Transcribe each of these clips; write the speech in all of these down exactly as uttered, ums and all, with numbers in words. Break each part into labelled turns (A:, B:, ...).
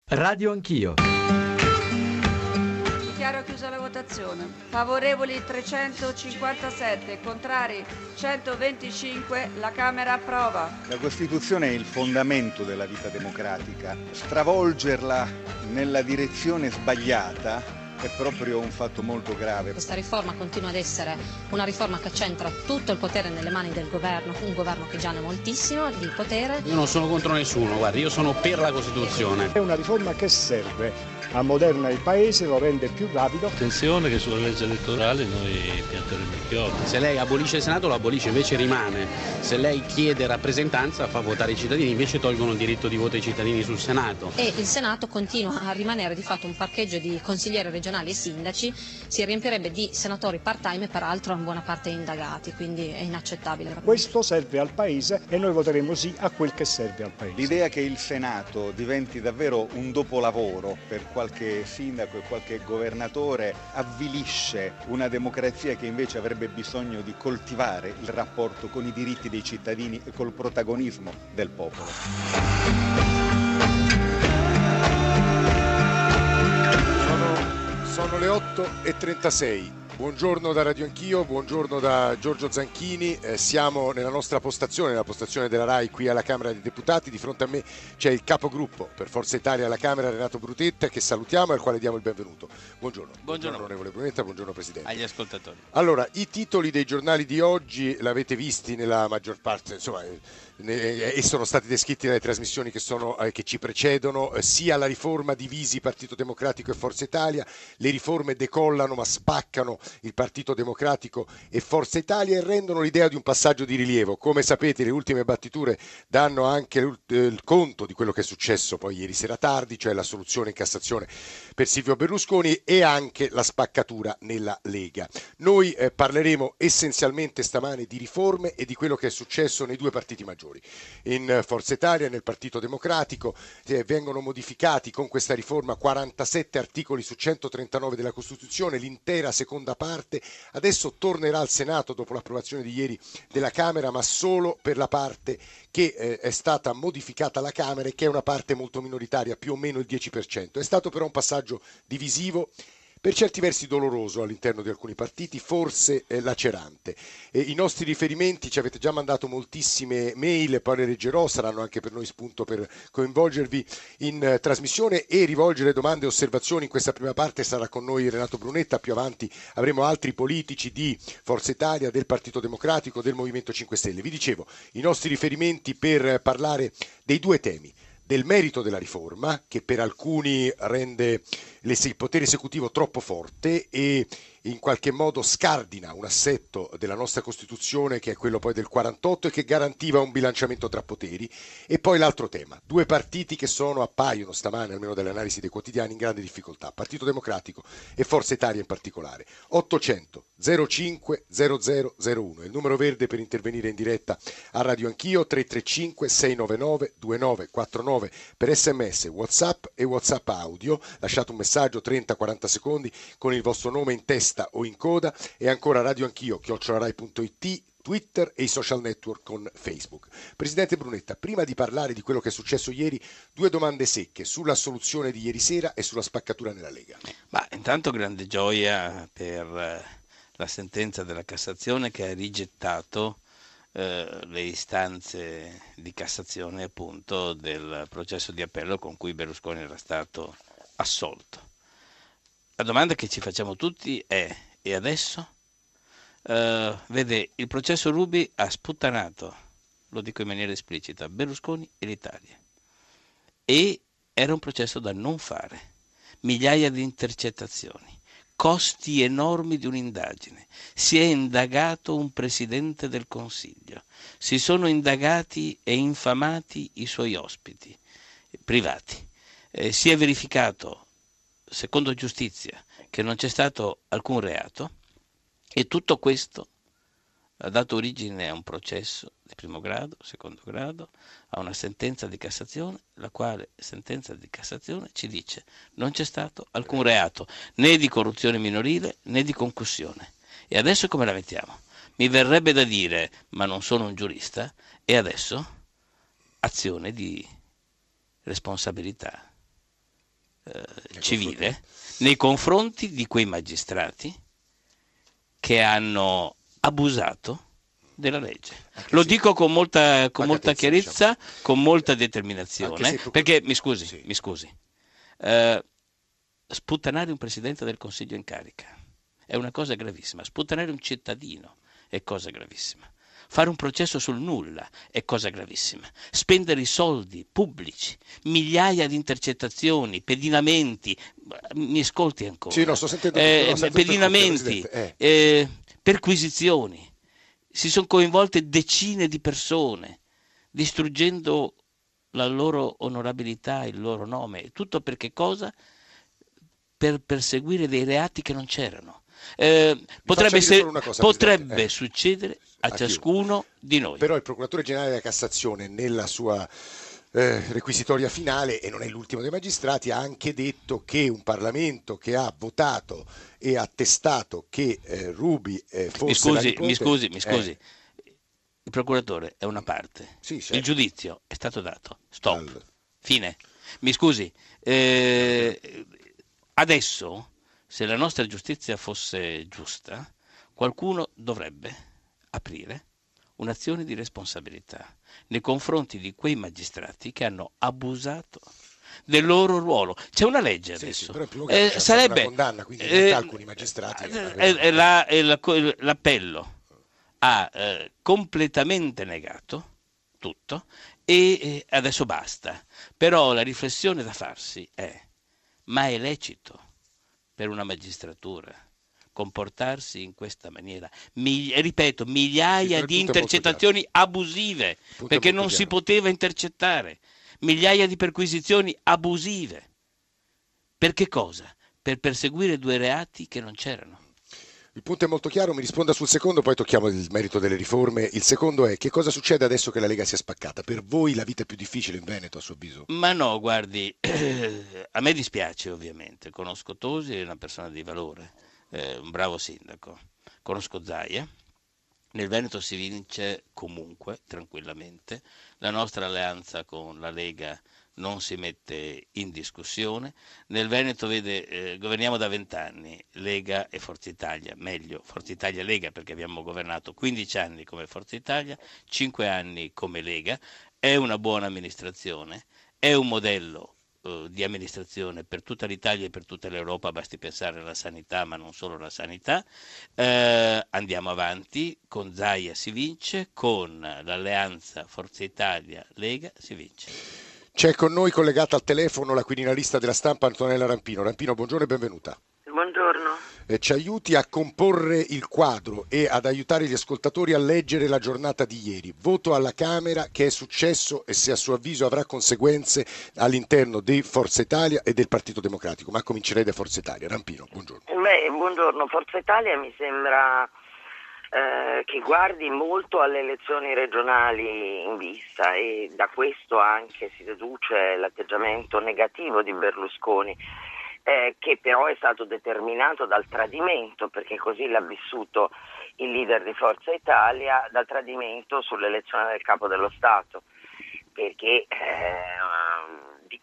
A: Radio Anch'io.
B: Dichiaro chiusa la votazione. Favorevoli trecentocinquantasette, contrari centoventicinque, la Camera approva.
C: La Costituzione è il fondamento della vita democratica. Stravolgerla nella direzione sbagliata è proprio un fatto molto grave.
D: Questa riforma continua ad essere una riforma che centra tutto il potere nelle mani del governo, un governo che già ne ha moltissimo di potere.
E: Io non sono contro nessuno, guardi, io sono per la Costituzione.
F: È una riforma che serve, ammoderna il paese, lo rende più rapido.
G: Attenzione che sulla legge elettorale noi pianteremo il chiodo.
E: Se lei abolisce il Senato lo abolisce, invece rimane. Se lei chiede rappresentanza fa votare i cittadini, invece tolgono il diritto di voto ai cittadini sul Senato.
D: E il Senato continua a rimanere di fatto un parcheggio di consiglieri regionali e sindaci, si riempirebbe di senatori part-time e peraltro in buona parte indagati, quindi è inaccettabile.
F: Questo serve al paese e noi voteremo sì a quel che serve al paese.
C: L'idea che il Senato diventi davvero un dopolavoro per qualche sindaco e qualche governatore avvilisce una democrazia che invece avrebbe bisogno di coltivare il rapporto con i diritti dei cittadini e col protagonismo del popolo.
H: Sono le otto e trentasei. Buongiorno da Radio Anch'io, buongiorno da Giorgio Zanchini. Eh, siamo nella nostra postazione, nella postazione della RAI qui alla Camera dei Deputati. Di fronte a me c'è il capogruppo per Forza Italia alla Camera, Renato Brutetta, che salutiamo e al quale diamo il benvenuto. Buongiorno.
I: Buongiorno,
H: buongiorno onorevole Brunetta, buongiorno Presidente.
I: Agli ascoltatori.
H: Allora, i titoli dei giornali di oggi l'avete visti nella maggior parte, insomma, ne, e sono stati descritti dalle trasmissioni che, sono, eh, che ci precedono, eh, sia la riforma divisi Partito Democratico e Forza Italia, le riforme decollano ma spaccano il Partito Democratico e Forza Italia e rendono l'idea di un passaggio di rilievo. Come sapete, le ultime battiture danno anche il conto di quello che è successo poi ieri sera tardi, cioè la soluzione in Cassazione per Silvio Berlusconi e anche la spaccatura nella Lega. Noi eh, parleremo essenzialmente stamane di riforme e di quello che è successo nei due partiti maggiori. In Forza Italia e nel Partito Democratico eh, vengono modificati con questa riforma quarantasette articoli su centotrentanove della Costituzione, l'intera seconda parte adesso tornerà al Senato dopo l'approvazione di ieri della Camera, ma solo per la parte che eh, è stata modificata alla Camera e che è una parte molto minoritaria, più o meno il dieci per cento. È stato però un passaggio divisivo, per certi versi doloroso all'interno di alcuni partiti, forse eh, lacerante. E i nostri riferimenti, ci avete già mandato moltissime mail, poi le leggerò, saranno anche per noi spunto per coinvolgervi in eh, trasmissione e rivolgere domande e osservazioni. In questa prima parte sarà con noi Renato Brunetta, più avanti avremo altri politici di Forza Italia, del Partito Democratico, del Movimento cinque Stelle. Vi dicevo, i nostri riferimenti per parlare dei due temi: del merito della riforma, che per alcuni rende il potere esecutivo troppo forte e in qualche modo scardina un assetto della nostra Costituzione che è quello poi del quarantotto e che garantiva un bilanciamento tra poteri, e poi l'altro tema, due partiti che sono, appaiono stamane, almeno dalle analisi dei quotidiani, in grande difficoltà, Partito Democratico e Forza Italia in particolare. ottocento zero cinque zero zero zero uno è il numero verde per intervenire in diretta a Radio Anch'io, tre tre cinque sei nove nove due nove quattro nove per sms, WhatsApp e WhatsApp audio. Lasciate un messaggio trenta quaranta secondi con il vostro nome in testa o in coda, e ancora Radio Anch'io chiocciola rai punto it, Twitter e i social network con Facebook. Presidente Brunetta, prima di parlare di quello che è successo ieri, due domande secche sulla soluzione di ieri sera e sulla spaccatura nella Lega.
I: Ma intanto grande gioia per la sentenza della Cassazione che ha rigettato eh, le istanze di Cassazione appunto del processo di appello con cui Berlusconi era stato assolto. La domanda che ci facciamo tutti è: e adesso? Uh, vede, il processo Ruby ha sputtanato, lo dico in maniera esplicita, Berlusconi e l'Italia, e era un processo da non fare, migliaia di intercettazioni, costi enormi di un'indagine, si è indagato un Presidente del Consiglio, si sono indagati e infamati i suoi ospiti privati, eh, si è verificato, secondo giustizia, che non c'è stato alcun reato, e tutto questo ha dato origine a un processo di primo grado, secondo grado, a una sentenza di Cassazione, la quale sentenza di Cassazione ci dice non c'è stato alcun reato, né di corruzione minorile né di concussione. E adesso come la mettiamo? Mi verrebbe da dire, ma non sono un giurista, e adesso azione di responsabilità civile nei confronti di quei magistrati che hanno abusato della legge. Anche Lo se, dico con molta, con molta chiarezza, diciamo. con molta determinazione, procur- perché mi scusi, sì. mi scusi, eh, sputtanare un presidente del Consiglio in carica è una cosa gravissima, sputtanare un cittadino è cosa gravissima. Fare un processo sul nulla è cosa gravissima. Spendere i soldi pubblici, migliaia di intercettazioni, pedinamenti, mi ascolti ancora?
H: Sì, no, sto sentendo,
I: eh,
H: no,
I: pedinamenti, eh. Eh, perquisizioni. Si sono coinvolte decine di persone, distruggendo la loro onorabilità, il loro nome. Tutto per che cosa? Per perseguire dei reati che non c'erano. Eh, potrebbe se, cosa, potrebbe eh. succedere a Anch'io. ciascuno di noi.
H: Però il procuratore generale della Cassazione nella sua eh, requisitoria finale, e non è l'ultimo dei magistrati, ha anche detto che un Parlamento che ha votato e attestato che eh, Ruby eh, fosse
I: mi scusi,
H: la nipote,
I: mi scusi, mi scusi.
H: Eh,
I: il procuratore è una parte,
H: sì, certo.
I: il giudizio è stato dato, stop, allora. Fine. Mi scusi, eh, adesso se la nostra giustizia fosse giusta, qualcuno dovrebbe aprire un'azione di responsabilità nei confronti di quei magistrati che hanno abusato del loro ruolo. C'è una legge adesso. Sì, sì, però in primo caso eh, c'è sarebbe una condanna, quindi in realtà eh, alcuni magistrati eh, eh, la, eh, la, l'appello ha eh, completamente negato tutto e eh, adesso basta. Però la riflessione da farsi è: ma è lecito per una magistratura comportarsi in questa maniera? Mi, ripeto, migliaia sì, di intercettazioni abusive, perché non chiaro. si poteva intercettare, migliaia di perquisizioni abusive. Per che cosa? Per perseguire due reati che non c'erano.
H: Il punto è molto chiaro, mi risponda sul secondo, poi tocchiamo il merito delle riforme. Il secondo è: che cosa succede adesso che la Lega si è spaccata? Per voi la vita è più difficile in Veneto, a suo avviso?
I: Ma no, guardi, a me dispiace ovviamente, conosco Tosi, è una persona di valore, eh, un bravo sindaco, conosco Zaia, nel Veneto si vince comunque, tranquillamente, la nostra alleanza con la Lega non si mette in discussione. Nel Veneto, vede, eh, governiamo da vent'anni, Lega e Forza Italia, meglio Forza Italia Lega, perché abbiamo governato quindici anni come Forza Italia, cinque anni come Lega. È una buona amministrazione, è un modello eh, di amministrazione per tutta l'Italia e per tutta l'Europa, basti pensare alla sanità, ma non solo alla sanità. Eh, andiamo avanti, con Zaia si vince, con l'alleanza Forza Italia Lega si vince.
H: C'è con noi collegata al telefono la quirinalista della Stampa Antonella Rampino. Rampino, buongiorno e benvenuta.
A: Buongiorno.
H: Eh, ci aiuti a comporre il quadro e ad aiutare gli ascoltatori a leggere la giornata di ieri. Voto alla Camera, che è successo e se a suo avviso avrà conseguenze all'interno di Forza Italia e del Partito Democratico. Ma comincerei da Forza Italia. Rampino, buongiorno.
A: Beh, buongiorno. Forza Italia mi sembra Eh, che guardi molto alle elezioni regionali in vista, e da questo anche si deduce l'atteggiamento negativo di Berlusconi, eh, che però è stato determinato dal tradimento, perché così l'ha vissuto il leader di Forza Italia, dal tradimento sull'elezione del Capo dello Stato, perché eh, di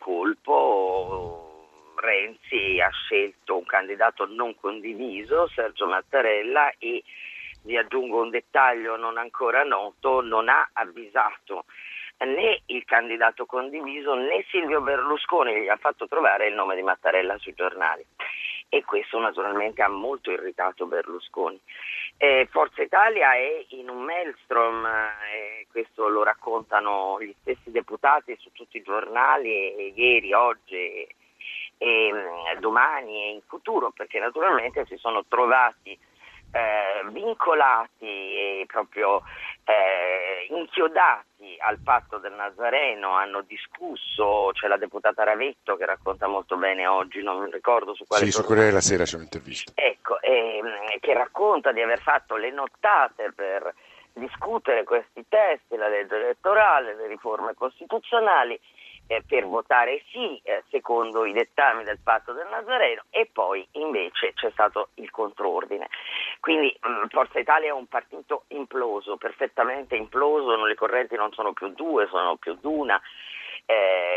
A: colpo Renzi ha scelto un candidato non condiviso, Sergio Mattarella, e vi aggiungo un dettaglio non ancora noto: non ha avvisato né il candidato condiviso né Silvio Berlusconi, gli ha fatto trovare il nome di Mattarella sui giornali, e questo naturalmente ha molto irritato Berlusconi. Eh, Forza Italia è in un maelstrom, eh, questo lo raccontano gli stessi deputati su tutti i giornali, e, e ieri, oggi e, e domani e in futuro, perché naturalmente si sono trovati Eh, vincolati e proprio eh, inchiodati al patto del Nazareno. Hanno discusso, c'è la deputata Ravetto che racconta molto bene oggi, non mi ricordo su quale
H: sì, su Corriere della Sera c'è un'intervista,
A: ecco, eh, che racconta di aver fatto le nottate per discutere questi testi, la legge elettorale, le riforme costituzionali, Eh, per votare sì, eh, secondo i dettami del patto del Nazareno, e poi invece c'è stato il controordine. Quindi mh, Forza Italia è un partito imploso, perfettamente imploso, le correnti non sono più due, sono più d'una, eh,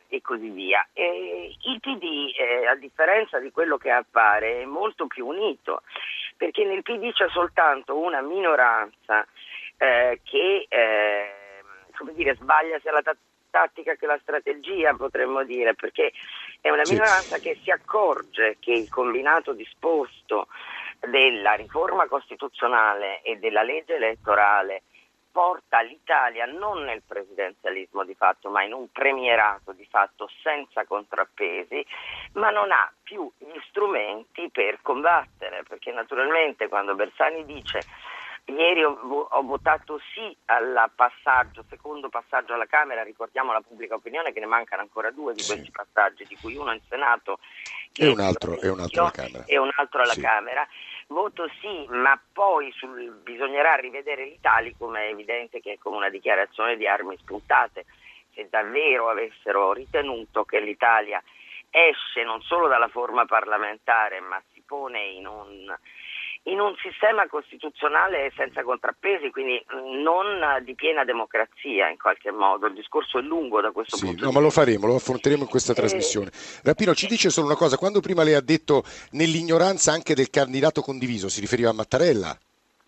A: e così via. E il P D, eh, a differenza di quello che appare, è molto più unito, perché nel P D c'è soltanto una minoranza eh, che eh, come dire, sbaglia sia la t- tattica che la strategia, potremmo dire, perché è una minoranza sì. che si accorge che il combinato disposto della riforma costituzionale e della legge elettorale porta l'Italia non nel presidenzialismo di fatto, ma in un premierato di fatto senza contrappesi, ma non ha più gli strumenti per combattere, perché naturalmente quando Bersani dice ieri ho, ho votato sì al passaggio, secondo passaggio alla Camera, ricordiamo la pubblica opinione che ne mancano ancora due di sì. questi passaggi, di cui uno in Senato
H: e un altro, e un altro alla Camera.
A: E un altro alla
H: sì.
A: Camera. Voto sì, ma poi sul, bisognerà rivedere l'Italicum, è evidente che è come una dichiarazione di armi spuntate. Se davvero avessero ritenuto che l'Italia esce non solo dalla forma parlamentare, ma si pone in un, in un sistema costituzionale senza contrappesi, quindi non di piena democrazia in qualche modo. Il discorso è lungo da questo
H: sì,
A: punto
H: no,
A: di
H: vista. Ma lo
A: vista.
H: faremo, lo affronteremo in questa eh, trasmissione. Rapino, ci dice solo una cosa, quando prima lei ha detto nell'ignoranza anche del candidato condiviso, si riferiva a Mattarella?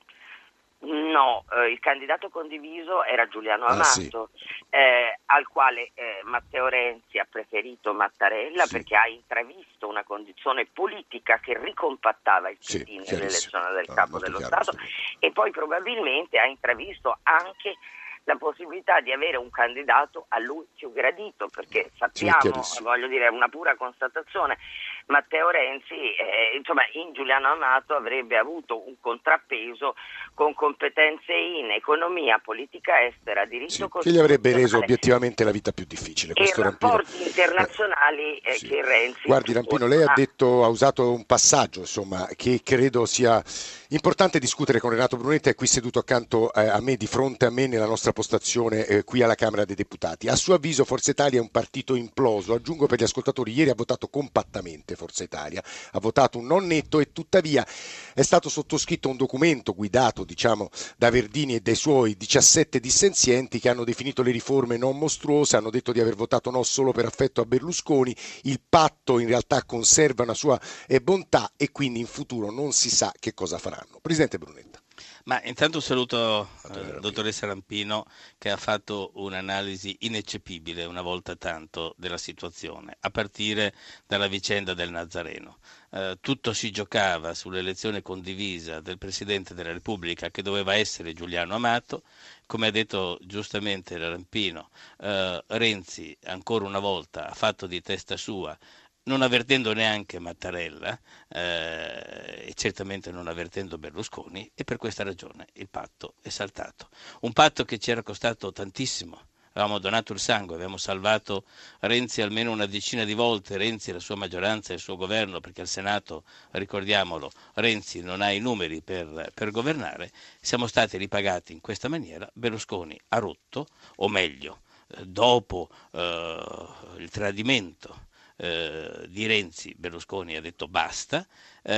A: No, eh, il candidato condiviso era Giuliano Amato, ah, sì. eh, al quale eh, Matteo Renzi ha preferito Mattarella sì. perché ha intravisto una condizione politica che ricompattava il P D sì, nell'elezione del no, capo dello chiaro, Stato sì. e poi probabilmente ha intravisto anche la possibilità di avere un candidato a lui più gradito, perché sappiamo, sì, voglio dire, è una pura constatazione, Matteo Renzi eh, insomma in Giuliano Amato avrebbe avuto un contrappeso con competenze in economia, politica estera, diritto sì,
H: costituzionale, che gli avrebbe reso obiettivamente la vita più difficile.
A: E rapporti internazionali eh, sì. che Renzi...
H: Guardi Rampino, lei ha detto, ha usato un passaggio insomma che credo sia importante discutere con Renato Brunetta, è qui seduto accanto eh, a me, di fronte a me nella nostra postazione eh, qui alla Camera dei Deputati. A suo avviso Forza Italia è un partito imploso, aggiungo per gli ascoltatori, ieri ha votato compattamente Forza Italia, ha votato un non netto e tuttavia è stato sottoscritto un documento guidato diciamo da Verdini e dai suoi diciassette dissenzienti che hanno definito le riforme non mostruose, hanno detto di aver votato no solo per affetto a Berlusconi, il patto in realtà conserva una sua eh, bontà e quindi in futuro non si sa che cosa faranno. Presidente Brunetta.
I: Ma intanto saluto la eh, dottoressa Rampino che ha fatto un'analisi ineccepibile una volta tanto della situazione, a partire dalla vicenda del Nazareno. Eh, tutto si giocava sull'elezione condivisa del Presidente della Repubblica che doveva essere Giuliano Amato. Come ha detto giustamente la Rampino, eh, Renzi ancora una volta ha fatto di testa sua, non avvertendo neanche Mattarella eh, e certamente non avvertendo Berlusconi, e per questa ragione il patto è saltato. Un patto che ci era costato tantissimo, avevamo donato il sangue, abbiamo salvato Renzi almeno una decina di volte, Renzi e la sua maggioranza e il suo governo, perché al Senato, ricordiamolo, Renzi non ha i numeri per, per governare, siamo stati ripagati in questa maniera, Berlusconi ha rotto, o meglio, eh, dopo eh, il tradimento Uh, di Renzi, Berlusconi ha detto basta uh,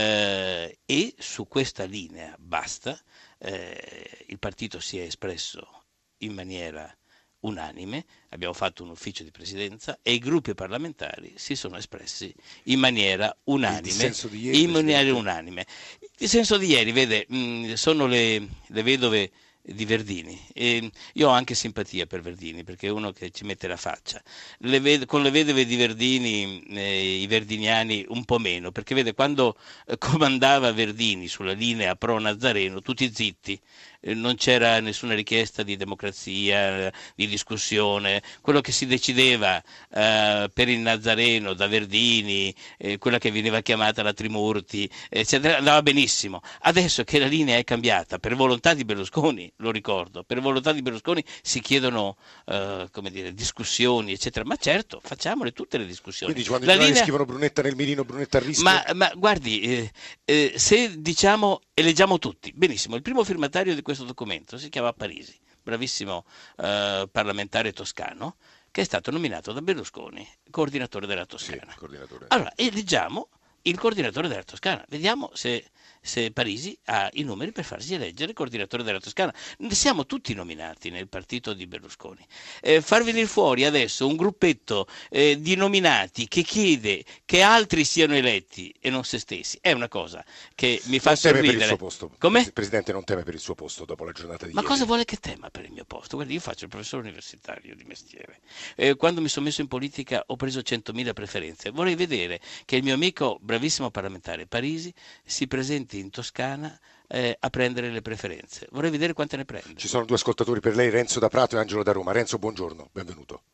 I: e su questa linea basta uh, il partito si è espresso in maniera unanime, abbiamo fatto un ufficio di presidenza e i gruppi parlamentari si sono espressi in maniera unanime. Il dissenso di ieri, in maniera unanime. Il dissenso di ieri, vede, mh, sono le, le vedove di Verdini, e io ho anche simpatia per Verdini perché è uno che ci mette la faccia. Le ved- con le vedove di Verdini eh, i verdiniani un po' meno, perché vede, quando eh, comandava Verdini sulla linea pro Nazareno tutti zitti, eh, non c'era nessuna richiesta di democrazia, eh, di discussione, quello che si decideva eh, per il Nazareno da Verdini, eh, quella che veniva chiamata la Trimurti, eccetera, andava benissimo. Adesso che la linea è cambiata per volontà di Berlusconi, lo ricordo, per volontà di Berlusconi si chiedono uh, come dire, discussioni, eccetera, ma certo, facciamole tutte le discussioni.
H: Quindi quando
I: la
H: i giornali
I: linea...
H: scrivono Brunetta nel mirino, Brunetta a rischio?
I: Ma, ma guardi, eh, eh, se diciamo, eleggiamo tutti, benissimo, il primo firmatario di questo documento si chiama Parisi, bravissimo eh, parlamentare toscano, che è stato nominato da Berlusconi coordinatore della Toscana.
H: Sì, coordinatore.
I: Allora, eleggiamo il coordinatore della Toscana. Vediamo se, se Parisi ha i numeri per farsi eleggere coordinatore della Toscana. Siamo tutti nominati nel partito di Berlusconi. Eh, far venire fuori adesso un gruppetto eh, di nominati che chiede che altri siano eletti e non se stessi è una cosa che mi fa
H: non teme
I: sorridere.
H: per il suo posto.
I: Come?
H: Il Presidente non teme per il suo posto dopo la giornata di
I: Ma
H: ieri.
I: cosa vuole che tema per il mio posto? Guardi, io faccio il professore universitario di mestiere. Eh, quando mi sono messo in politica ho preso centomila preferenze. Vorrei vedere che il mio amico, bravissimo parlamentare Parisi, si presenti in Toscana eh, a prendere le preferenze. Vorrei vedere quante ne prende.
H: Ci sono due ascoltatori per lei, Renzo da Prato e Angelo da Roma. Renzo, buongiorno, benvenuto.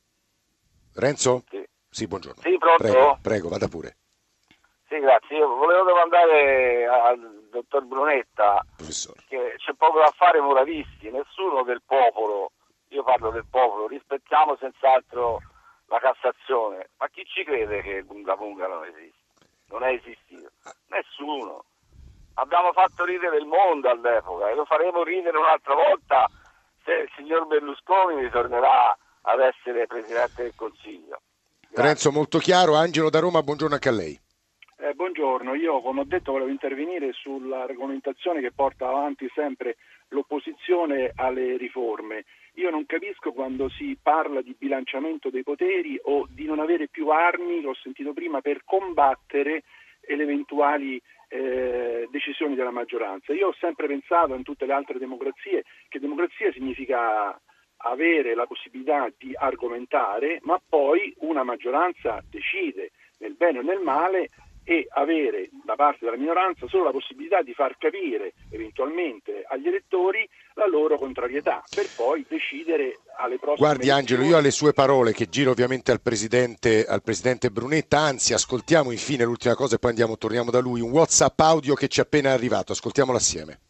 H: Renzo?
J: Sì,
H: sì buongiorno.
J: Sì, pronto?
H: Prego, prego, vada pure.
J: Sì, grazie. Io volevo domandare al dottor Brunetta,
H: Professore,
J: che c'è poco da fare moralisti, nessuno del popolo, io parlo del popolo, rispettiamo senz'altro la Cassazione, ma chi ci crede che Bunga Bunga non esiste? Non è esistito. Nessuno. Abbiamo fatto ridere il mondo all'epoca e lo faremo ridere un'altra volta se il signor Berlusconi ritornerà ad essere Presidente del Consiglio. Grazie.
H: Renzo molto chiaro. Angelo da Roma, buongiorno anche a lei.
K: Eh, buongiorno, io come ho detto volevo intervenire sulla regolamentazione che porta avanti sempre l'opposizione alle riforme. Io non capisco quando si parla di bilanciamento dei poteri o di non avere più armi, l'ho sentito prima, per combattere le eventuali eh, decisioni della maggioranza. Io ho sempre pensato in tutte le altre democrazie che democrazia significa avere la possibilità di argomentare, ma poi una maggioranza decide nel bene o nel male e avere da parte della minoranza solo la possibilità di far capire eventualmente agli elettori la loro contrarietà per poi decidere alle prossime
H: Guardi
K: elezioni.
H: Angelo, io alle sue parole che giro ovviamente al Presidente, al Presidente Brunetta, anzi ascoltiamo infine l'ultima cosa e poi andiamo, torniamo da lui, un WhatsApp audio che ci è appena arrivato, ascoltiamolo assieme.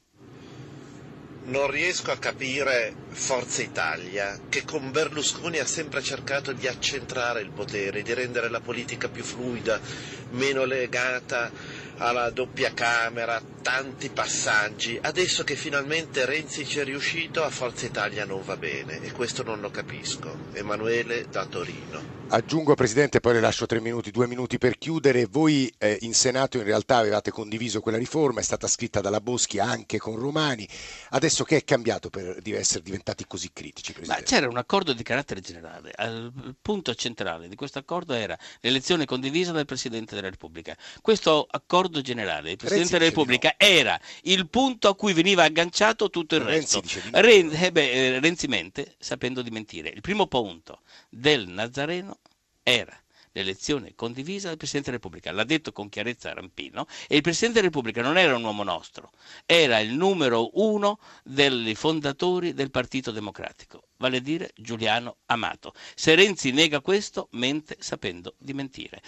L: Non riesco a capire Forza Italia, che con Berlusconi ha sempre cercato di accentrare il potere, di rendere la politica più fluida, meno legata alla doppia Camera, tanti passaggi. Adesso che finalmente Renzi ci è riuscito, a Forza Italia non va bene e questo non lo capisco. Emanuele da Torino.
H: Aggiungo Presidente, poi le lascio tre minuti, due minuti per chiudere. Voi eh, in Senato in realtà avevate condiviso quella riforma, è stata scritta dalla Boschi anche con Romani. Adesso che è cambiato per essere diventati così critici, Presidente?
I: Ma c'era un accordo di carattere generale. Il punto centrale di questo accordo era l'elezione condivisa del Presidente della Repubblica. Questo accordo generale, il Presidente
H: Renzi
I: della Repubblica, no. Era il punto a cui veniva agganciato tutto il
H: Renzi
I: resto.
H: Dice
I: Ren- eh beh, Renzi mente sapendo di mentire. Il primo punto del Nazareno era l'elezione condivisa del Presidente della Repubblica, l'ha detto con chiarezza Rampino, e il Presidente della Repubblica non era un uomo nostro, era il numero uno dei fondatori del Partito Democratico, vale a dire Giuliano Amato. Se Renzi nega questo, mente sapendo di mentire.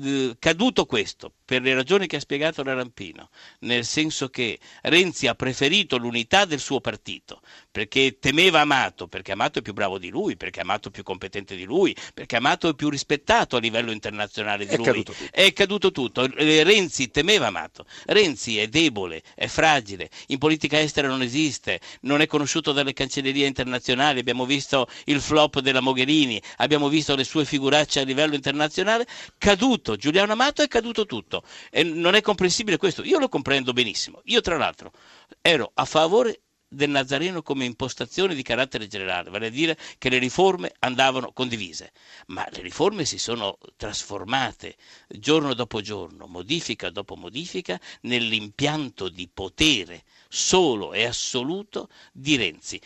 I: Caduto questo, per le ragioni che ha spiegato la Rampino, nel senso che Renzi ha preferito l'unità del suo partito, perché temeva Amato, perché Amato è più bravo di lui, perché Amato è più competente di lui, perché Amato è più rispettato a livello internazionale di
H: è
I: lui.
H: Caduto tutto.
I: È caduto tutto. Renzi temeva Amato. Renzi è debole, è fragile, in politica estera non esiste, non è conosciuto dalle cancellerie internazionali, abbiamo visto il flop della Mogherini, abbiamo visto le sue figuracce a livello internazionale. Caduto Giuliano Amato, è caduto tutto. E non è comprensibile questo. Io lo comprendo benissimo. Io tra l'altro ero a favore del Nazareno come impostazione di carattere generale, vale a dire che le riforme andavano condivise, ma le riforme si sono trasformate giorno dopo giorno, modifica dopo modifica, nell'impianto di potere solo e assoluto di Renzi.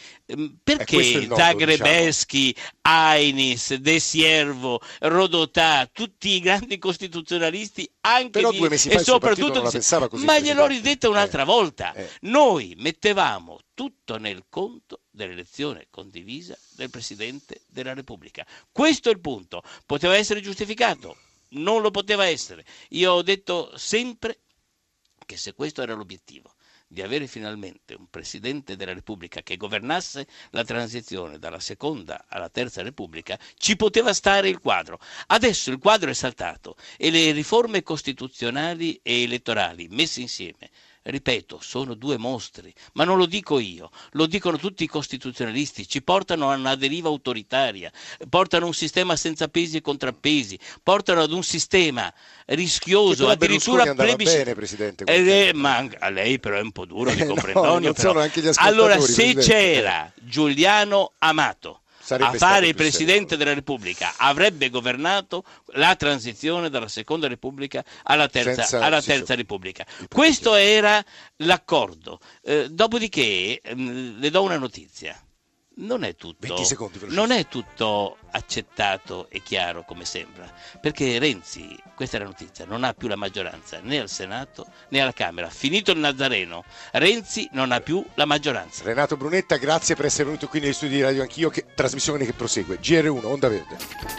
I: Perché Zagrebeschi, diciamo. Ainis, De Siervo, Rodotà, tutti i grandi costituzionalisti, anche
H: Però
I: di,
H: due mesi
I: e
H: fa
I: soprattutto
H: non la pensava così,
I: ma gliel'ho
H: Presidente.
I: ridetta un'altra
H: eh.
I: volta.
H: Eh.
I: Noi mettevamo tutto nel conto dell'elezione condivisa del Presidente della Repubblica. Questo è il punto. Poteva essere giustificato? Non lo poteva essere. Io ho detto sempre che se questo era l'obiettivo, di avere finalmente un Presidente della Repubblica che governasse la transizione dalla seconda alla terza Repubblica, ci poteva stare il quadro. Adesso il quadro è saltato e le riforme costituzionali e elettorali messe insieme Ripeto, sono due mostri, ma non lo dico io, lo dicono tutti i costituzionalisti, ci portano a una deriva autoritaria, portano un sistema senza pesi e contrappesi, portano ad un sistema rischioso, addirittura plebiscitario. Presidente, eh, ma a lei però è un po' duro di comprendonio.
H: No, però.
I: Allora, se Presidente. c'era Giuliano Amato
H: Sarebbe
I: a fare il Presidente serio. della Repubblica, avrebbe governato la transizione dalla Seconda Repubblica alla Terza, Senza, alla terza sì, Repubblica. Questo era l'accordo. Eh, dopodiché mh, le do una notizia. Non è tutto, non è tutto accettato e chiaro come sembra, perché Renzi, questa è la notizia, non ha più la maggioranza né al Senato né alla Camera. Finito il Nazareno, Renzi non ha più la maggioranza.
H: Renato Brunetta, grazie per essere venuto qui negli studi di Radio Anch'io, che trasmissione che prosegue. G R uno, Onda Verde.